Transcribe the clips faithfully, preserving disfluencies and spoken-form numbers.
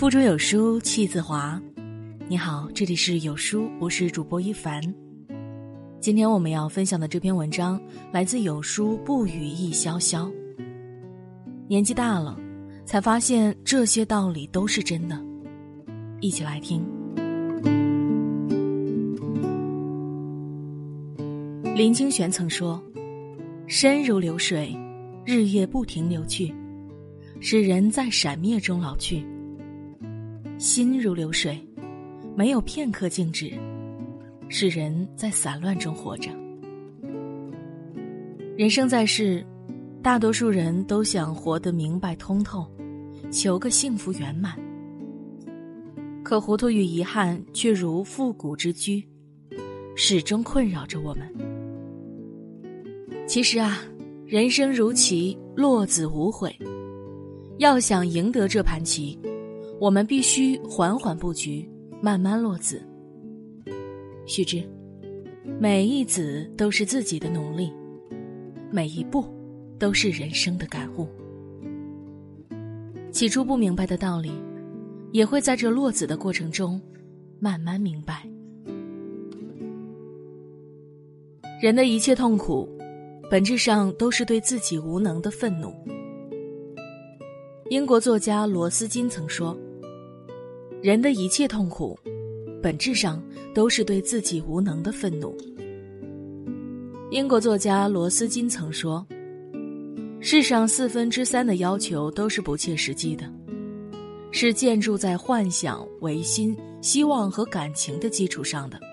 腹中有书气自华。你好，这里是有书，我是主播一凡。今天我们要分享的这篇文章来自有书不语意潇潇。年纪大了，才发现这些道理都是真的。一起来听。林清玄曾说，身如流水，日夜不停流去，使人在闪灭中老去；心如流水，没有片刻静止，使人在散乱中活着。人生在世，大多数人都想活得明白通透，求个幸福圆满。可糊涂与遗憾却如复古之居，始终困扰着我们。其实啊，人生如棋，落子无悔。要想赢得这盘棋，我们必须缓缓布局，慢慢落子。须知，每一子都是自己的努力，每一步都是人生的感悟。起初不明白的道理，也会在这落子的过程中慢慢明白。人的一切痛苦，本质上都是对自己无能的愤怒。英国作家罗斯金曾说，人的一切痛苦，本质上都是对自己无能的愤怒。英国作家罗斯金曾说，世上四分之三的要求都是不切实际的，是建筑在幻想、唯心、希望和感情的基础上的。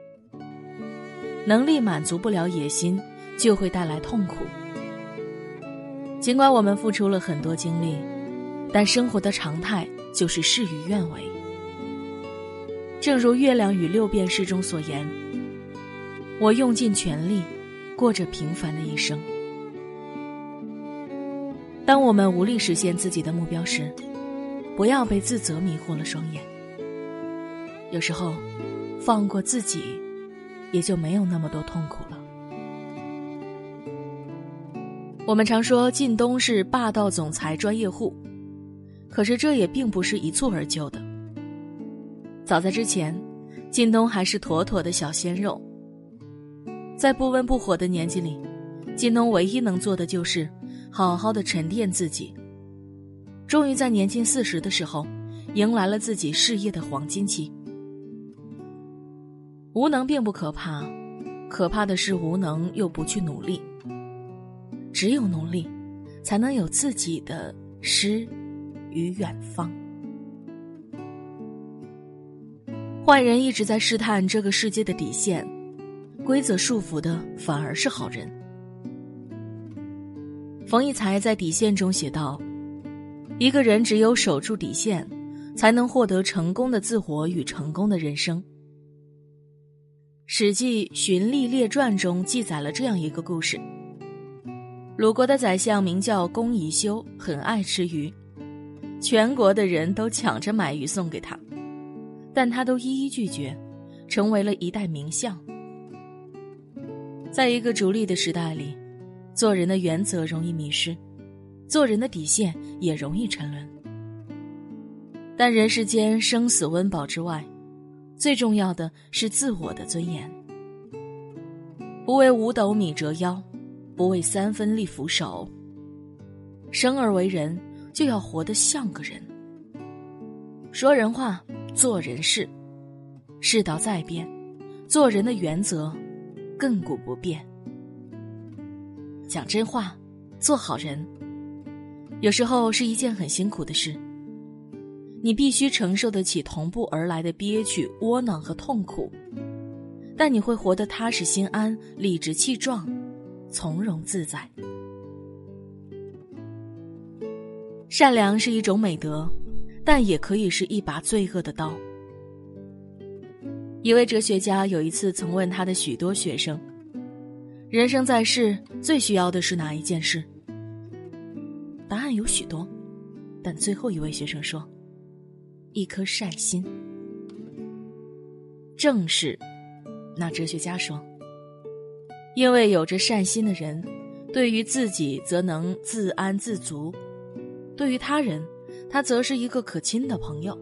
能力满足不了野心，就会带来痛苦。尽管我们付出了很多精力，但生活的常态就是事与愿违。正如《月亮与六便士》中所言，我用尽全力，过着平凡的一生。当我们无力实现自己的目标时，不要被自责迷惑了双眼。有时候，放过自己，也就没有那么多痛苦了。我们常说靳东是霸道总裁专业户，可是这也并不是一蹴而就的。早在之前，靳东还是妥妥的小鲜肉。在不温不火的年纪里，靳东唯一能做的就是好好的沉淀自己。终于在年近四十的时候，迎来了自己事业的黄金期。无能并不可怕，可怕的是无能又不去努力。只有努力，才能有自己的诗与远方。坏人一直在试探这个世界的底线，规则束缚的反而是好人。冯骥才在《底线》中写道，一个人只有守住底线，才能获得成功的自我与成功的人生。《史记·荀吏列传》中记载了这样一个故事。鲁国的宰相名叫公宜修，很爱吃鱼，全国的人都抢着买鱼送给他，但他都一一拒绝，成为了一代名相。在一个逐利的时代里，做人的原则容易迷失，做人的底线也容易沉沦。但人世间生死温饱之外，最重要的是自我的尊严。不为五斗米折腰，不为三分力扶手。生而为人，就要活得像个人。说人话，做人事。世道在变，做人的原则亘古不变。讲真话，做好人，有时候是一件很辛苦的事。你必须承受得起同步而来的憋屈、窝囊和痛苦，但你会活得踏实心安，理直气壮，从容自在。善良是一种美德，但也可以是一把罪恶的刀。一位哲学家有一次曾问他的许多学生，人生在世最需要的是哪一件事？答案有许多，但最后一位学生说，一颗善心。正是，那哲学家说，因为有着善心的人，对于自己则能自安自足，对于他人他则是一个可亲的朋友。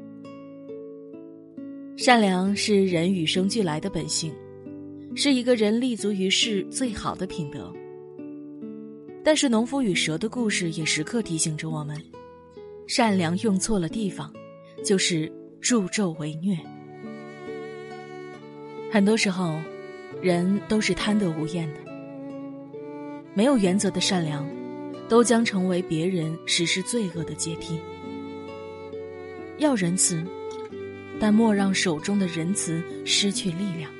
善良是人与生俱来的本性，是一个人立足于世最好的品德。但是农夫与蛇的故事也时刻提醒着我们，善良用错了地方，就是助纣为虐。很多时候，人都是贪得无厌的，没有原则的善良，都将成为别人实施罪恶的阶梯。要仁慈，但莫让手中的仁慈失去力量。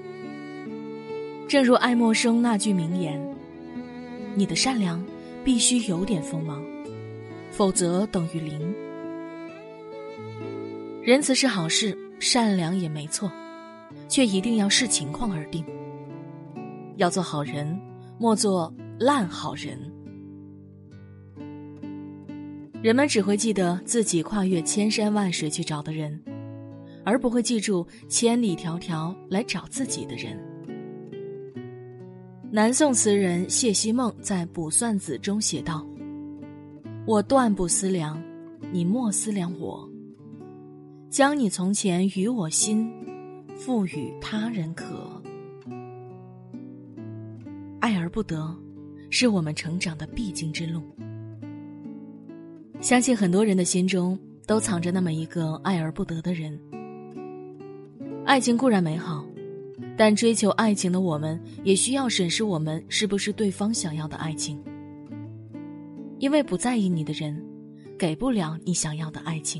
正如爱默生那句名言，你的善良必须有点锋芒，否则等于零。仁慈是好事，善良也没错，却一定要视情况而定。要做好人，莫做烂好人。人们只会记得自己跨越千山万水去找的人，而不会记住千里迢迢来找自己的人。南宋词人谢希孟在《卜算子》中写道：我断不思量，你莫思量我，将你从前与我心，付与他人可。爱而不得，是我们成长的必经之路。相信很多人的心中都藏着那么一个爱而不得的人。爱情固然美好，但追求爱情的我们也需要审视我们是不是对方想要的爱情。因为不在意你的人，给不了你想要的爱情。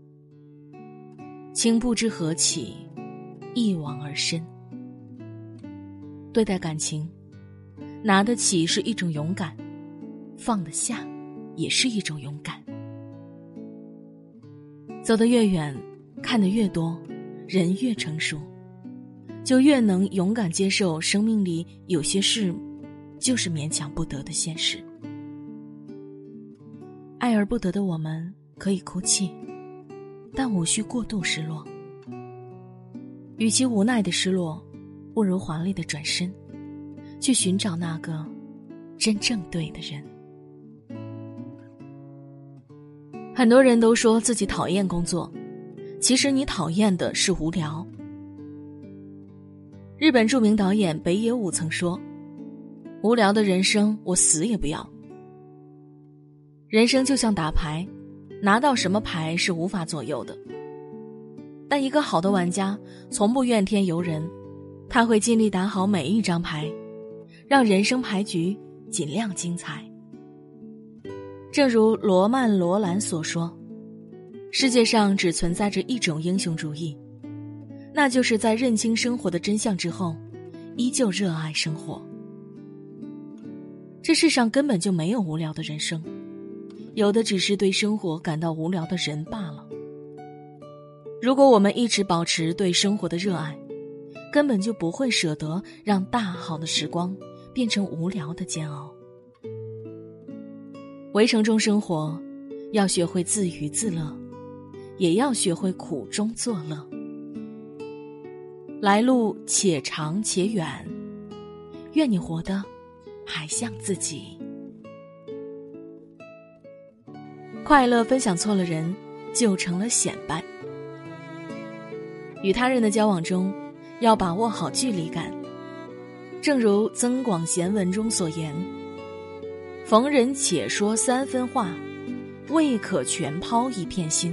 情不知何起，一往而深。对待感情，拿得起是一种勇敢，放得下也是一种勇敢。走得越远，看得越多，人越成熟，就越能勇敢接受生命里有些事就是勉强不得的现实。爱而不得的我们可以哭泣，但无需过度失落。与其无奈的失落，不如华丽的转身，去寻找那个真正对的人。很多人都说自己讨厌工作，其实你讨厌的是无聊。日本著名导演北野武曾说，无聊的人生我死也不要。人生就像打牌，拿到什么牌是无法左右的。但一个好的玩家从不怨天尤人，他会尽力打好每一张牌，让人生牌局尽量精彩。正如罗曼·罗兰所说，世界上只存在着一种英雄主义，那就是在认清生活的真相之后，依旧热爱生活。这世上根本就没有无聊的人生，有的只是对生活感到无聊的人罢了。如果我们一直保持对生活的热爱，根本就不会舍得让大好的时光变成无聊的煎熬。围城中生活，要学会自娱自乐，也要学会苦中作乐。来路且长且远，愿你活得还像自己。快乐分享错了人，就成了显摆。与他人的交往中，要把握好距离感。正如《增广贤文》中所言，逢人且说三分话，未可全抛一片心。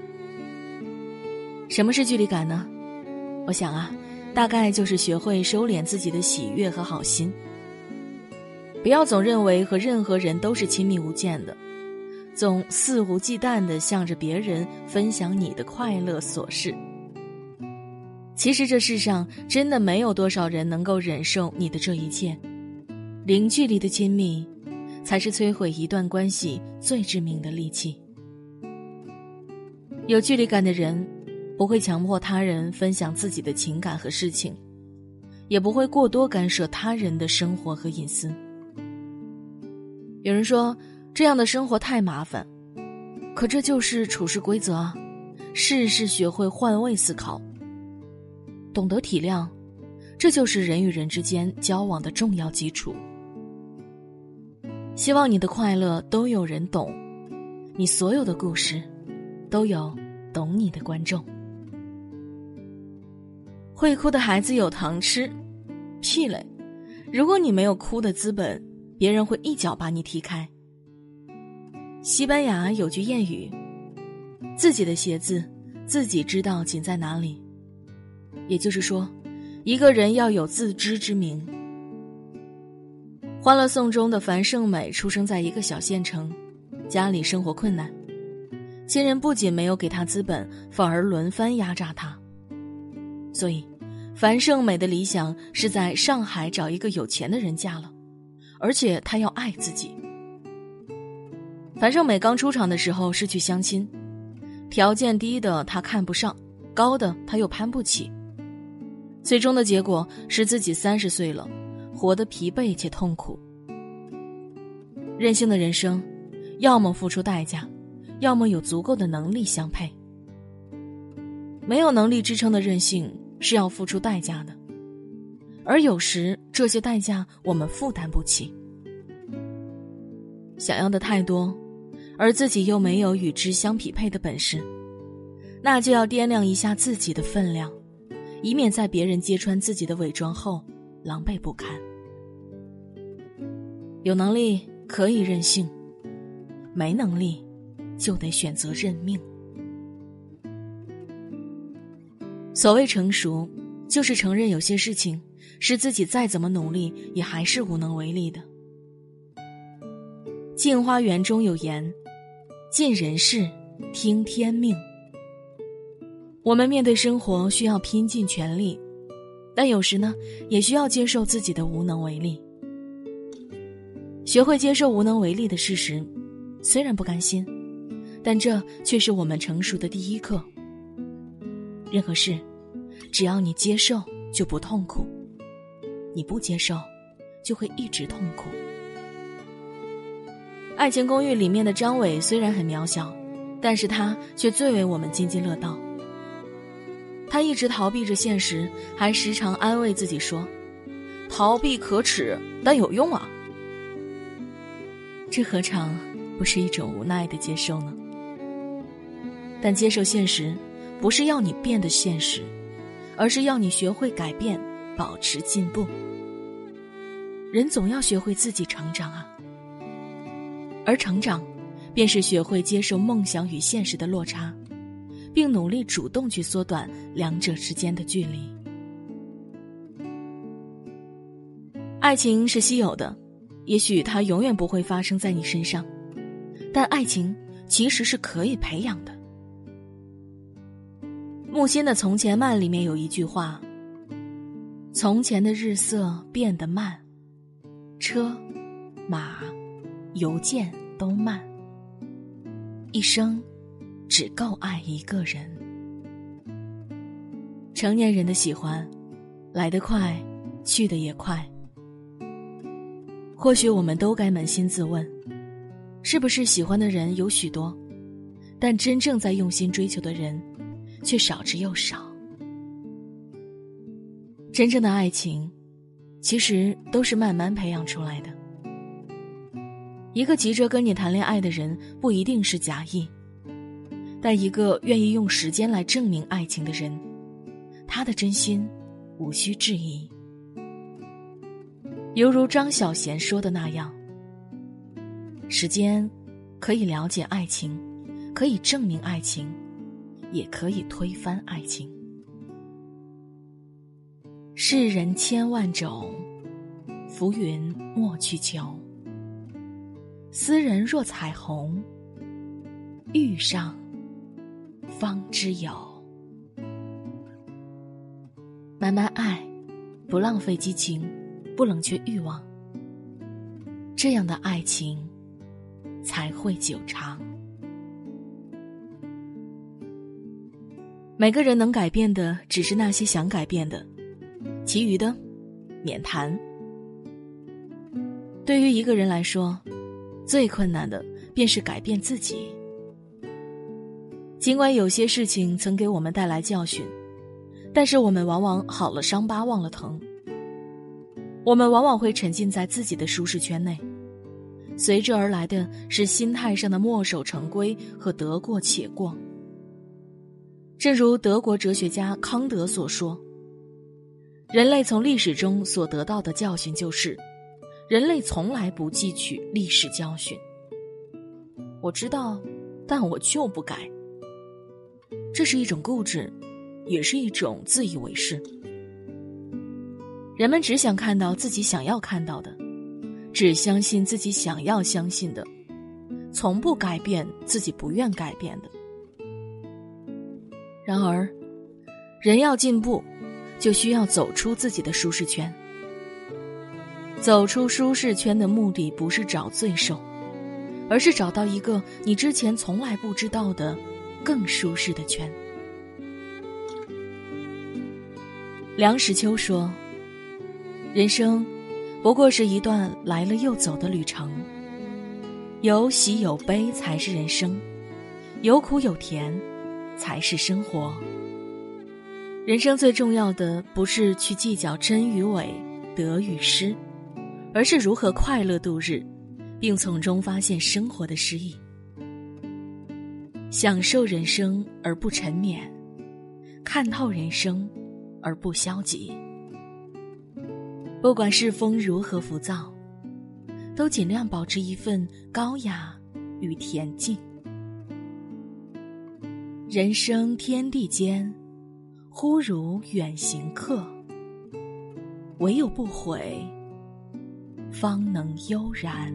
什么是距离感呢？我想啊，大概就是学会收敛自己的喜悦和好心。不要总认为和任何人都是亲密无间的，总肆无忌惮地向着别人分享你的快乐琐事。其实这世上真的没有多少人能够忍受你的这一切，零距离的亲密才是摧毁一段关系最致命的利器。有距离感的人不会强迫他人分享自己的情感和事情，也不会过多干涉他人的生活和隐私。有人说这样的生活太麻烦，可这就是处事规则啊，事事学会换位思考，懂得体谅，这就是人与人之间交往的重要基础。希望你的快乐都有人懂， 你所有的故事都有懂你的观众。会哭的孩子有糖吃，屁嘞！如果你没有哭的资本，别人会一脚把你踢开。西班牙有句谚语，自己的鞋子自己知道紧在哪里，也就是说，一个人要有自知之明。欢乐颂中的樊胜美出生在一个小县城，家里生活困难，亲人不仅没有给她资本，反而轮番压榨她。所以樊胜美的理想是在上海找一个有钱的人嫁了，而且她要爱自己。樊胜美刚出场的时候是去相亲，条件低的她看不上，高的她又攀不起。最终的结果是自己三十岁了，活得疲惫且痛苦。任性的人生，要么付出代价，要么有足够的能力相配。没有能力支撑的任性是要付出代价的，而有时这些代价我们负担不起。想要的太多，而自己又没有与之相匹配的本事，那就要掂量一下自己的分量，以免在别人揭穿自己的伪装后狼狈不堪。有能力可以任性，没能力就得选择认命。所谓成熟，就是承认有些事情是自己再怎么努力也还是无能为力的。镜花缘中有言，尽人事，听天命。我们面对生活需要拼尽全力，但有时呢，也需要接受自己的无能为力。学会接受无能为力的事实，虽然不甘心，但这却是我们成熟的第一课。任何事，只要你接受，就不痛苦；你不接受，就会一直痛苦。爱情公寓里面的张伟虽然很渺小，但是他却最为我们津津乐道。他一直逃避着现实，还时常安慰自己说，逃避可耻，但有用啊。这何尝不是一种无奈的接受呢？但接受现实，不是要你变得现实，而是要你学会改变，保持进步。人总要学会自己成长啊，而成长便是学会接受梦想与现实的落差，并努力主动去缩短两者之间的距离。爱情是稀有的，也许它永远不会发生在你身上，但爱情其实是可以培养的。木心的《从前慢》里面有一句话，从前的日色变得慢，车马邮件都慢，一生只够爱一个人。成年人的喜欢来得快，去得也快。或许我们都该扪心自问，是不是喜欢的人有许多，但真正在用心追求的人却少之又少。真正的爱情其实都是慢慢培养出来的。一个急着跟你谈恋爱的人不一定是假意，但一个愿意用时间来证明爱情的人，他的真心无需质疑。犹如张小娴说的那样，时间可以了解爱情，可以证明爱情，也可以推翻爱情。世人千万种，浮云莫去求。斯人若彩虹，遇上方知有。慢慢爱，不浪费激情，不冷却欲望，这样的爱情才会久长。每个人能改变的只是那些想改变的，其余的免谈。对于一个人来说，最困难的便是改变自己。尽管有些事情曾给我们带来教训，但是我们往往好了伤疤忘了疼。我们往往会沉浸在自己的舒适圈内， 随之而来的是心态上的墨守成规和得过且过。正如德国哲学家康德所说，人类从历史中所得到的教训就是，人类从来不汲取历史教训。我知道，但我就不改。这是一种固执，也是一种自以为是。人们只想看到自己想要看到的，只相信自己想要相信的，从不改变自己不愿改变的。然而，人要进步，就需要走出自己的舒适圈。走出舒适圈的目的不是找罪受，而是找到一个你之前从来不知道的更舒适的圈。梁实秋说，人生不过是一段来了又走的旅程，有喜有悲才是人生，有苦有甜才是生活。人生最重要的不是去计较真与伪、得与失，而是如何快乐度日，并从中发现生活的诗意。享受人生而不沉湎，看透人生而不消极。不管世风如何浮躁，都尽量保持一份高雅与恬静。人生天地间，忽如远行客，唯有不悔，方能悠然。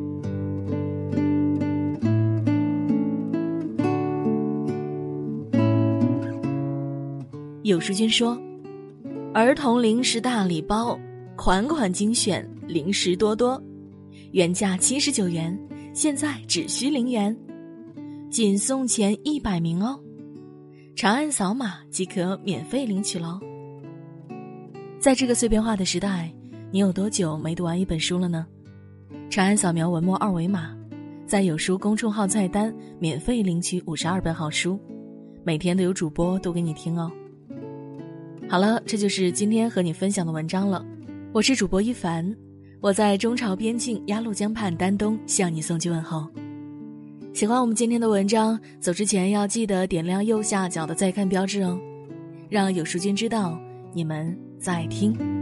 有书君说，儿童零食大礼包，款款精选，零食多多，原价七十九元，现在只需零元，仅送前一百名哦。长按扫码即可免费领取咯。在这个碎片化的时代，你有多久没读完一本书了呢？长按扫描文末二维码，在有书公众号菜单免费领取五十二本好书，每天都有主播读给你听哦。好了，这就是今天和你分享的文章了。我是主播一凡，我在中朝边境鸭绿江畔丹东向你送去问候。喜欢我们今天的文章，走之前要记得点亮右下角的再看标志哦，让有书君知道你们在听。